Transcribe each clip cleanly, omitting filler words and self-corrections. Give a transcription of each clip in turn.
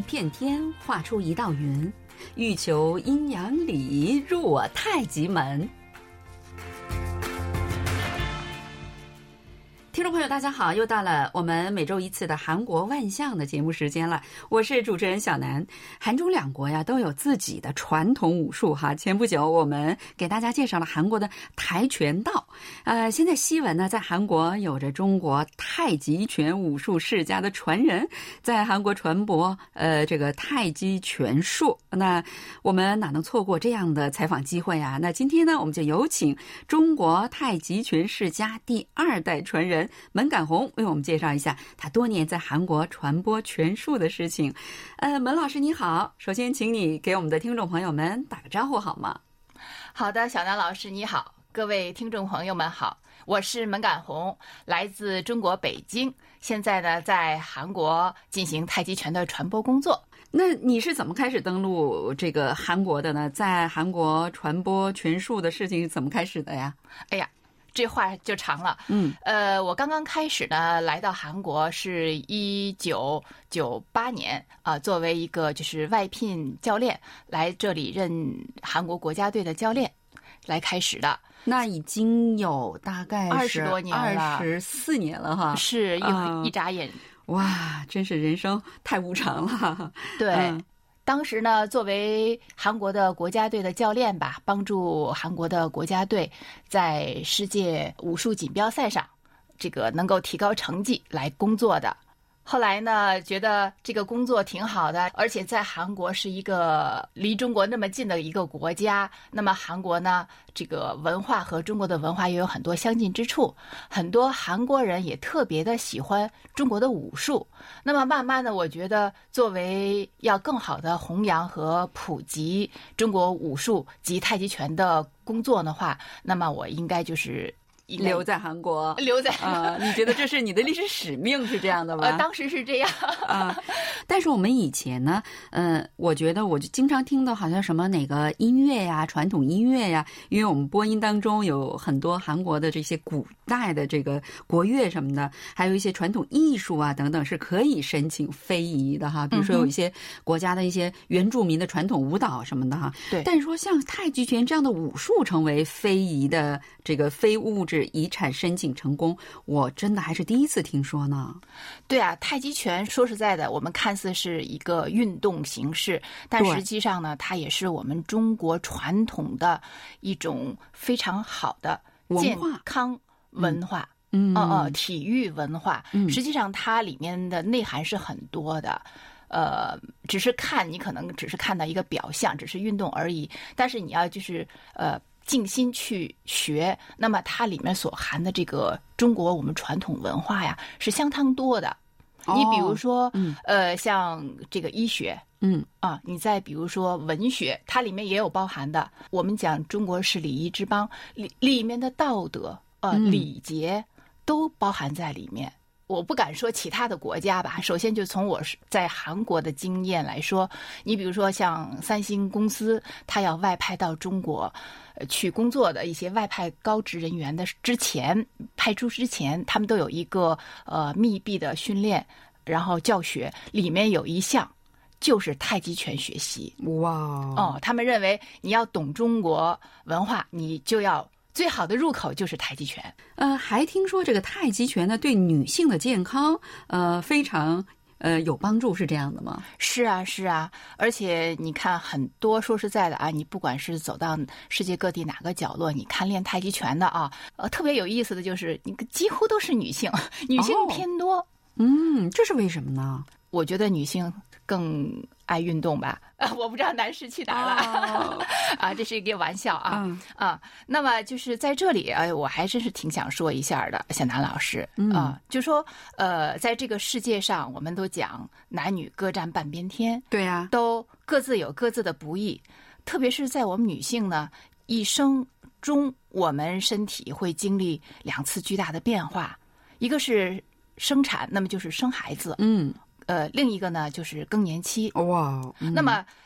片天，画出一道云，欲求阴阳里，入我太极门。听众朋友大家好，又到了我们每周一次的韩国万象的节目时间了，我是主持人小南。韩中两国呀都有自己的传统武术哈，前不久我们给大家介绍了韩国的跆拳道，现在西文呢在韩国有着中国太极拳武术世家的传人，在韩国传播这个太极拳术，那我们哪能错过这样的采访机会啊？那今天呢我们就有请中国太极拳世家第2代传人门杆红为我们介绍一下他多年在韩国传播拳术的事情。门老师你好，首先请你给我们的听众朋友们打个招呼好吗？ 好的，小南老师你好，各位听众朋友们好，我是门杆红，来自中国北京，现在呢在韩国进行太极拳的传播工作。 那你是怎么开始登陆这个韩国的呢？在韩国传播拳术的事情是怎么开始的呀？ 哎呀，这话就长了。我刚刚开始呢，来到韩国是1998年作为一个就是外聘教练来这里任韩国国家队的教练来开始的。 那已经有大概 20多年了 ，24年了哈。 是一眨眼。 哇，真是人生太无常了。 对。当时呢，作为韩国的国家队的教练吧，帮助韩国的国家队在世界武术锦标赛上，这个能够提高成绩来工作的。后来呢，觉得这个工作挺好的，而且在韩国是一个离中国那么近的一个国家，那么韩国呢，这个文化和中国的文化也有很多相近之处，很多韩国人也特别的喜欢中国的武术。那么慢慢的，我觉得作为要更好的弘扬和普及中国武术及太极拳的工作的话，那么我应该就是留在韩国，你觉得这是你的历史使命是这样的吗？ 当时是这样但是我们以前呢，我觉得我就经常听到好像什么哪个音乐呀，传统音乐呀，因为我们播音当中有很多韩国的这些古代的这个国乐什么的，还有一些传统艺术啊等等是可以申请非遗的哈，比如说有一些国家的一些原住民的传统舞蹈什么的哈。 对。 但是说像太极拳这样的武术成为非遗的这个非物质遗产申请成功，我真的还是第一次听说呢。 对啊，太极拳说实在的，我们看似是一个运动形式，但实际上呢，它也是我们中国传统的一种非常好的健康文化，体育文化。实际上它里面的内涵是很多的。只是看你可能只是看到一个表象，只是运动而已，但是你要就是静心去学，那么它里面所含的这个中国我们传统文化呀是相当多的。你比如说像这个医学，你再比如说文学，它里面也有包含的。我们讲中国是礼仪之邦，里面的道德礼节都包含在里面。我不敢说其他的国家吧，首先就从我在韩国的经验来说，你比如说像三星公司，它要外派到中国去工作的一些外派高职人员的派出之前，他们都有一个密闭的训练，然后教学，里面有一项就是太极拳学习。 哇！ 他们认为你要懂中国文化，你就要最好的入口就是太极拳。 还听说这个太极拳呢，对女性的健康非常有帮助，是这样的吗？ 是啊，而且你看很多，说实在的啊，你不管是走到世界各地哪个角落，你看练太极拳的啊，特别有意思的就是你几乎都是女性偏多。 这是为什么呢？ 我觉得女性更爱运动吧，我不知道男士去哪了这是一个玩笑那么就是在这里我还真是挺想说一下的，小南老师就说在这个世界上，我们都讲男女各占半边天， 对啊， 都各自有各自的不易，特别是在我们女性呢，一生中我们身体会经历2次巨大的变化，一个是生产，那么就是生孩子，另一个呢就是更年期。 哇， 那么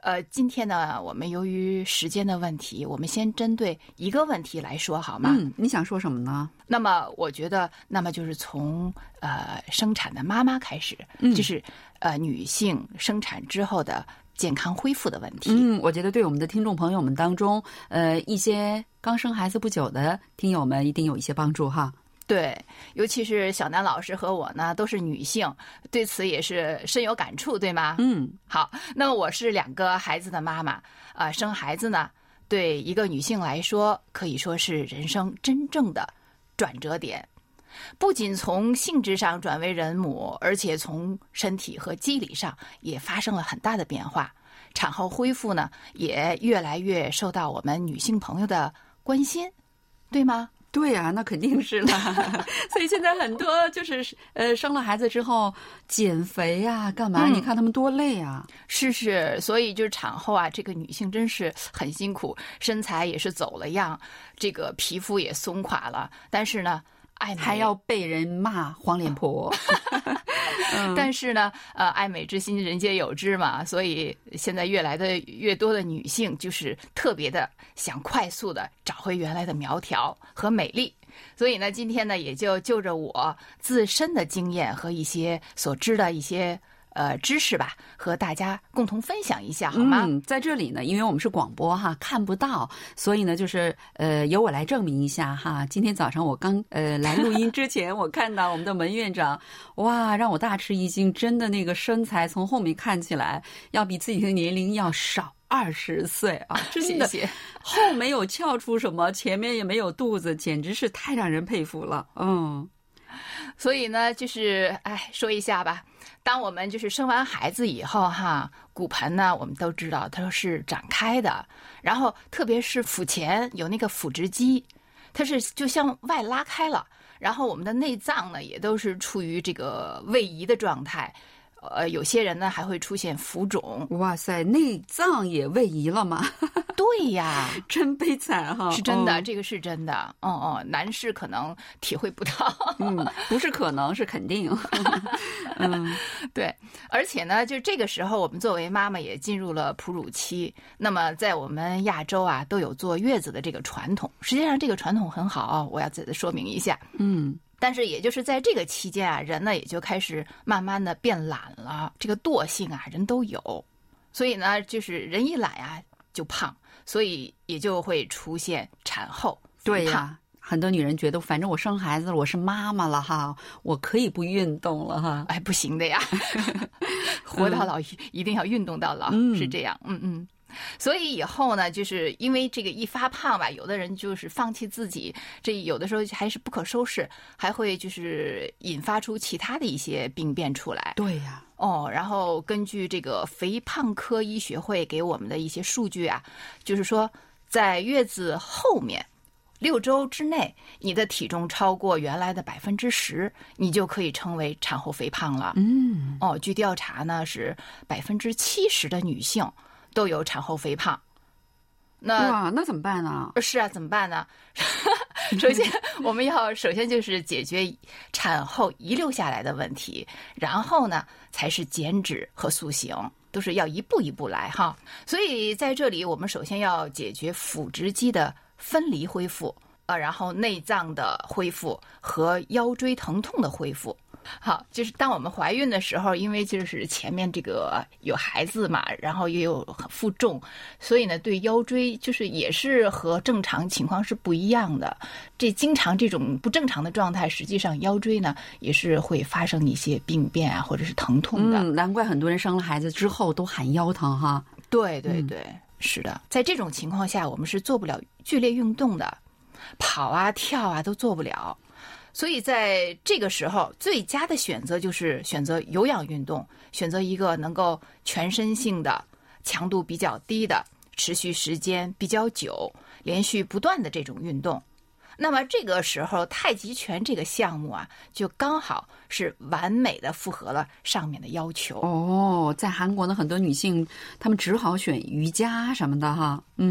今天呢，我们由于时间的问题，我们先针对一个问题来说好吗？ 你想说什么呢？ 那么我觉得，那么就是从生产的妈妈开始，就是女性生产之后的健康恢复的问题。 我觉得对我们的听众朋友们当中，一些刚生孩子不久的听友们一定有一些帮助哈。 对，尤其是小南老师和我呢都是女性，对此也是深有感触，对吗？好，那么我是2个孩子的妈妈，生孩子呢，对一个女性来说，可以说是人生真正的转折点。不仅从性质上转为人母，而且从身体和机理上也发生了很大的变化。产后恢复呢，也越来越受到我们女性朋友的关心，对吗？ 对呀，那肯定是了。所以现在很多就是生了孩子之后减肥呀，干嘛？你看他们多累啊！ 是，所以就是产后啊，这个女性真是很辛苦，身材也是走了样，这个皮肤也松垮了。但是呢，爱美还要被人骂黄脸婆。 但是呢，爱美之心人皆有之嘛，所以现在越多的女性就是特别的想快速的找回原来的苗条和美丽。所以呢，今天呢，也就着我自身的经验和一些所知的一些知识吧，和大家共同分享一下，好吗？ 在这里呢，因为我们是广播哈，看不到，所以呢，就是由我来证明一下哈。今天早上我刚来录音之前，我看到我们的门院长，哇，让我大吃一惊，真的那个身材从后面看起来要比自己的年龄要少20岁啊，真的， 谢谢。 后没有翘出什么，前面也没有肚子，简直是太让人佩服了。 所以呢，就是说一下吧。当我们就是生完孩子以后哈，骨盆呢，我们都知道它是展开的，然后特别是腹前有那个腹直肌，它是就向外拉开了，然后我们的内脏呢也都是处于这个位移的状态。有些人呢还会出现浮肿。 哇塞，内脏也位移了吗？ 对呀， 真悲惨哈！ 是真的，这个是真的。男士可能体会不到。 不是可能，是肯定。 对，而且呢，就这个时候，我们作为妈妈也进入了哺乳期。那么，在我们亚洲啊，都有坐月子的这个传统。实际上，这个传统很好，我要再说明一下。但是也就是在这个期间啊，人呢也就开始慢慢的变懒了，这个惰性啊人都有，所以呢就是人一懒啊就胖，所以也就会出现产后肥胖。对呀， 很多女人觉得反正我生孩子了，我是妈妈了哈，我可以不运动了哈。 不行的呀，活到老一定要运动到老，是这样。所以以后呢，就是因为这个一发胖吧，有的人就是放弃自己，这有的时候还是不可收拾，还会就是引发出其他的一些病变出来。 对呀， 然后根据这个肥胖科医学会给我们的一些数据啊，就是说在月子后面6周之内，你的体重超过原来的10%，你就可以称为产后肥胖了。据调查呢，是70%的女性都有产后肥胖。 那怎么办呢？ 是啊，怎么办呢？首先我们要就是解决产后遗留下来的问题，然后呢才是减脂和塑形，都是要一步一步来哈。所以在这里我们首先要解决腹直肌的分离恢复，然后内脏的恢复和腰椎疼痛的恢复。好，就是当我们怀孕的时候，因为就是前面这个有孩子嘛，然后也有负重，所以呢，对腰椎就是也是和正常情况是不一样的。这经常这种不正常的状态，实际上腰椎呢也是会发生一些病变啊，或者是疼痛的。 难怪很多人生了孩子之后都喊腰疼哈。 对，是的，在这种情况下，我们是做不了剧烈运动的，跑啊跳啊都做不了。所以在这个时候，最佳的选择就是选择有氧运动，选择一个能够全身性的、强度比较低的、持续时间比较久、连续不断的这种运动。那么这个时候，太极拳这个项目啊，就刚好是完美的符合了上面的要求。 在韩国呢，很多女性她们只好选瑜伽什么的哈。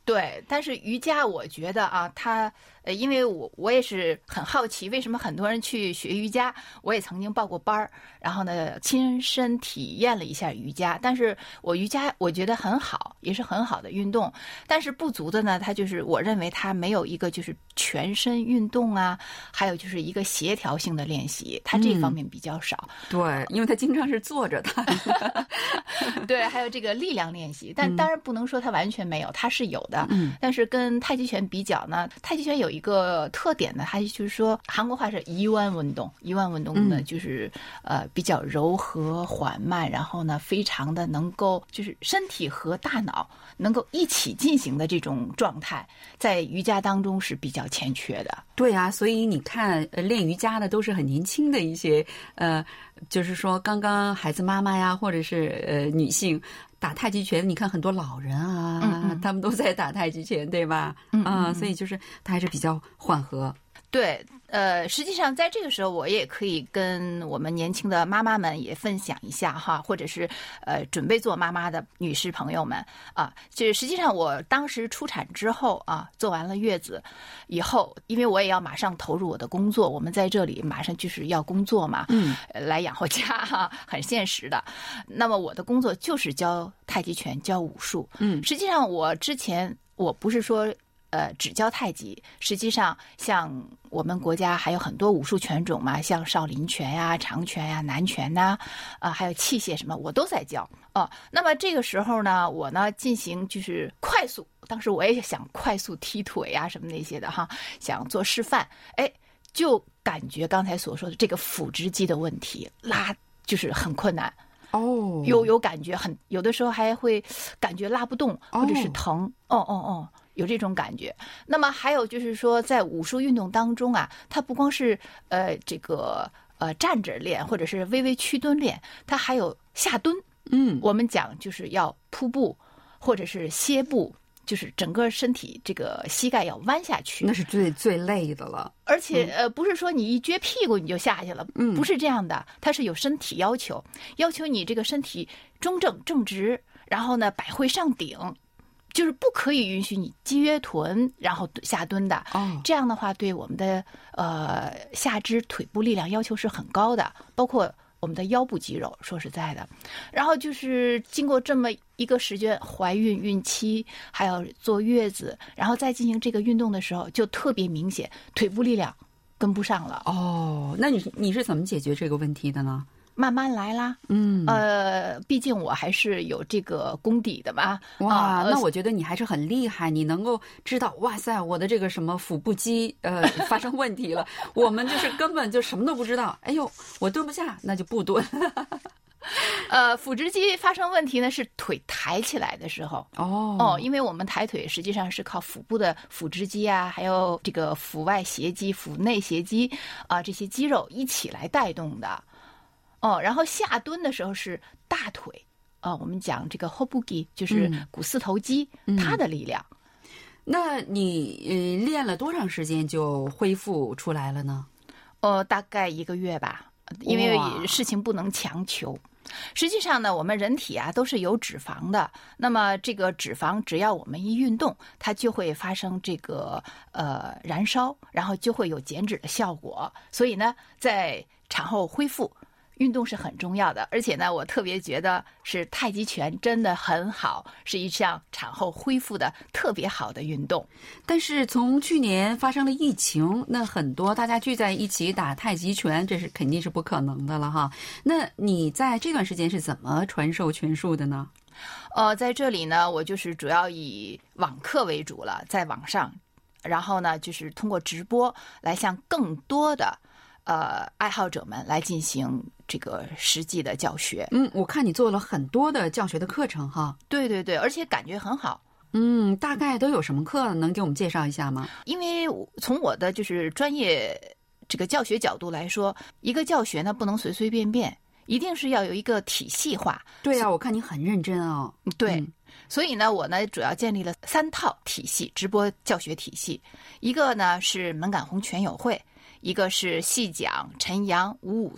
对，但是瑜伽我觉得啊，它因为我也是很好奇，为什么很多人去学瑜伽，我也曾经报过班儿，然后呢亲身体验了一下瑜伽。但是瑜伽我觉得很好，也是很好的运动，但是不足的呢，它就是我认为它没有一个就是全身运动啊，还有就是一个协调性的练习，它这方面比较少。 对，因为它经常是坐着的。 对，还有这个力量练习，但当然不能说它完全没有，它是有的。但是跟太极拳比较呢，太极拳有一个特点呢，它就是说韩国话是이완运动，이완运动呢就是比较柔和缓慢，然后呢非常的能够就是身体和大脑能够一起进行的这种状态，在瑜伽当中是比较欠缺的。 对啊，所以你看练瑜伽的都是很年轻的一些就是说刚刚孩子妈妈呀，或者是女性打太极拳，你看很多老人啊，他们都在打太极拳，对吧？所以就是它还是比较缓和。 对，实际上在这个时候，我也可以跟我们年轻的妈妈们也分享一下哈，或者是准备做妈妈的女士朋友们啊，就是实际上我当时出产之后啊，做完了月子以后，因为我也要马上投入我的工作，我们在这里马上就是要工作嘛，来养活家哈，很现实的。那么我的工作就是教太极拳，教武术。实际上我之前我不是说只教太极，实际上像我们国家还有很多武术拳种嘛，像少林拳呀、长拳呀、南拳呐，还有器械什么，我都在教。那么这个时候呢，我呢进行就是快速，当时我也想快速踢腿啊什么那些的哈，想做示范，就感觉刚才所说的这个腹直肌的问题，拉就是很困难。有感觉有的时候还会感觉拉不动，或者是疼。有这种感觉。那么还有就是说，在武术运动当中啊，它不光是这个站着练，或者是微微屈蹲练，它还有下蹲。我们讲就是要扑步，或者是歇步，就是整个身体这个膝盖要弯下去， 那是最累的了。 而且不是说你一撅屁股你就下去了，不是这样的，它是有身体要求你这个身体中正正直，然后呢百会上顶。就是不可以允许你击约臀然后下蹲的，这样的话对我们的下肢腿部力量要求是很高的，包括我们的腰部肌肉。说实在的，然后就是经过这么一个时间，怀孕、孕期，还有坐月子，然后再进行这个运动的时候，就特别明显腿部力量跟不上了。 那你是怎么解决这个问题的呢？ 慢慢来啦，毕竟我还是有这个功底的嘛。 哇，那我觉得你还是很厉害，你能够知道，哇塞，我的这个什么腹部肌发生问题了。我们就是根本就什么都不知道，哎呦，我蹲不下，那就不蹲。 腹直肌发生问题呢，是腿抬起来的时候。因为我们抬腿实际上是靠腹部的腹直肌啊，还有这个腹外斜肌、腹内斜肌啊，这些肌肉一起来带动的。然后下蹲的时候是大腿我们讲这个허벅지就是股四头肌，它的力量。 那你练了多长时间就恢复出来了呢？ 大概1个月吧，因为事情不能强求。实际上呢，我们人体啊都是有脂肪的，那么这个脂肪只要我们一运动，它就会发生这个燃烧，然后就会有减脂的效果。所以呢，在产后恢复运动是很重要的，而且呢，我特别觉得是太极拳真的很好，是一项产后恢复的特别好的运动。 但是从去年发生了疫情，那很多大家聚在一起打太极拳，这是肯定是不可能的了哈。那你在这段时间是怎么传授拳术的呢？ 在这里呢，我就是主要以网课为主了，在网上，然后呢，就是通过直播来向更多的爱好者们来进行这个实际的教学。 我看你做了很多的教学的课程哈。 对，而且感觉很好。 大概都有什么课能给我们介绍一下吗？ 因为从我的就是专业这个教学角度来说，一个教学呢不能随随便便，一定是要有一个体系化。 对啊，我看你很认真哦。 对，所以呢，我呢主要建立了3套体系，直播教学体系。一个呢是门杆红拳友会，一个是细讲陈阳五武孙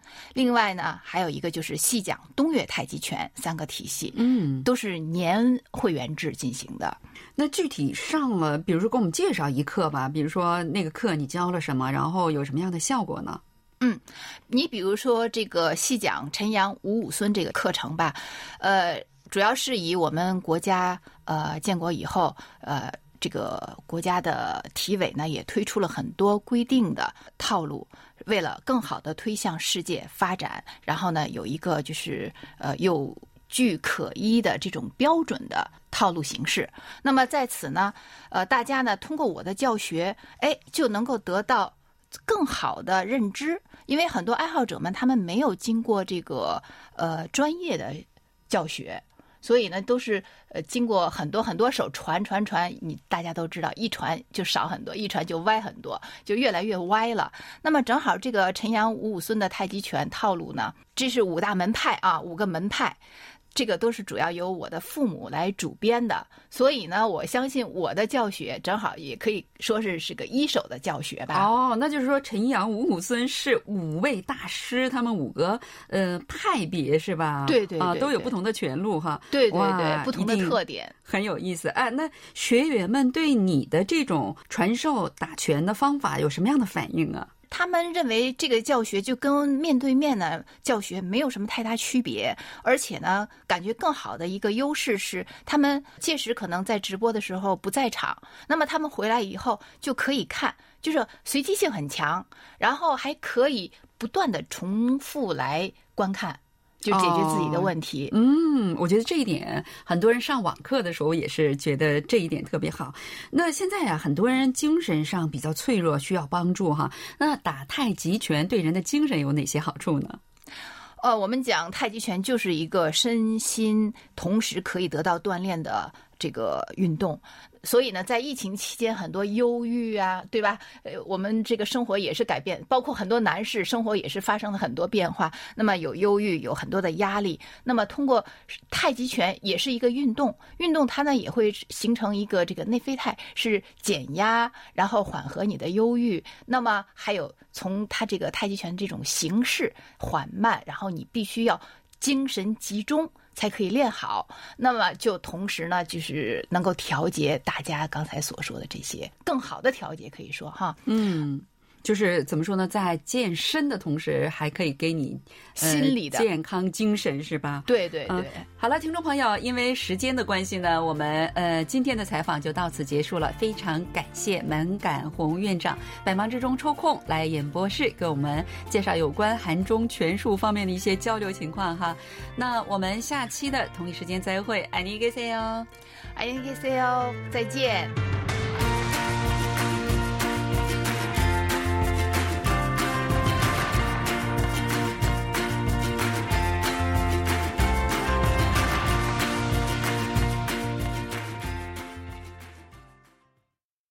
另外呢，还有一个就是细讲东岳太极拳3个体系，都是年会员制进行的。 那具体上了，比如说给我们介绍一课吧，比如说那个课你教了什么，然后有什么样的效果呢？ 你比如说这个细讲陈阳五武孙这个课程吧，主要是以我们国家建国以后，这个国家的体委呢也推出了很多规定的套路，为了更好的推向世界发展，然后呢有一个就是有据可依的这种标准的套路形式。那么在此呢，大家呢通过我的教学，就能够得到更好的认知，因为很多爱好者们他们没有经过这个专业的教学，所以呢都是经过很多手传，你大家都知道，一传就少很多，一传就歪很多，就越来越歪了。那么正好这个陈阳五武孙的太极拳套路呢，这是5大门派啊，5个门派。这个都是主要由我的父母来主编的，所以呢，我相信我的教学正好也可以说是个一手的教学吧。 那就是说陈阳五武孙是5位大师，他们5个派别是吧？ 对， 都有不同的拳路哈。 对，不同的特点， 很有意思。那学员们对你的这种传授打拳的方法有什么样的反应啊？ 他们认为这个教学就跟面对面的教学没有什么太大区别，而且呢，感觉更好的一个优势是，他们届时可能在直播的时候不在场，那么他们回来以后就可以看，就是随机性很强，然后还可以不断的重复来观看，就解决自己的问题。 我觉得这一点很多人上网课的时候也是觉得这一点特别好。那现在很多人精神上比较脆弱，需要帮助哈。那打太极拳对人的精神有哪些好处呢？ 我们讲太极拳就是一个身心同时可以得到锻炼的这个运动。所以呢，在疫情期间，很多忧郁啊，对吧？我们这个生活也是改变，包括很多男士生活也是发生了很多变化。那么有忧郁，有很多的压力。那么通过太极拳也是一个运动它呢也会形成一个这个内啡肽，是减压，然后缓和你的忧郁。那么还有从它这个太极拳这种形式缓慢，然后你必须要精神集中才可以练好，那么就同时呢，就是能够调节大家刚才所说的这些更好的调节，可以说哈， 就是怎么说呢，在健身的同时，还可以给你心理的健康精神，是吧？ 对。 好了，听众朋友，因为时间的关系呢，我们今天的采访就到此结束了。非常感谢门杆洪院长百忙之中抽空来演播室给我们介绍有关韩中拳术方面的一些交流情况哈。那我们下期的同一时间再会，안녕히 계세요， 再见。